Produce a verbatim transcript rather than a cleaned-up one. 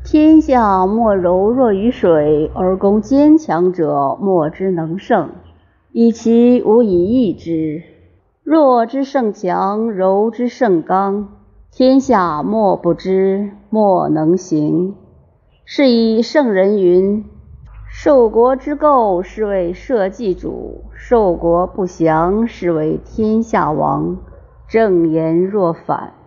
天下莫柔弱于水，而攻坚强者莫之能胜，以其无以易之。弱之胜强，柔之胜刚，天下莫不知，莫能行。是以圣人云：受国之垢，是为社稷主；受国不祥，是为天下王。正言若反。